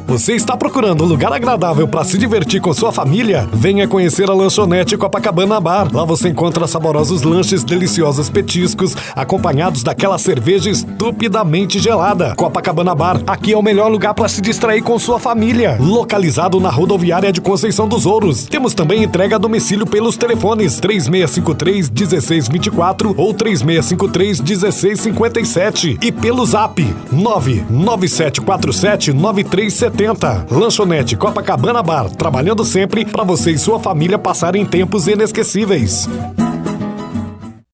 Você está procurando um lugar agradável para se divertir com sua família? Venha conhecer a Lanchonete Copacabana Bar. Lá você encontra saborosos lanches, deliciosos petiscos, acompanhados daquela cerveja estupidamente gelada. Copacabana Bar, aqui é o melhor lugar para se distrair com sua família. Localizado na rodoviária de Conceição dos Ouros. Temos também entrega a domicílio pelos telefones 3653-1624 ou 3653-1657 e pelo zap 99747-9370. Lanchonete Copacabana Bar, trabalhando sempre para você e sua família passarem tempos inesquecíveis.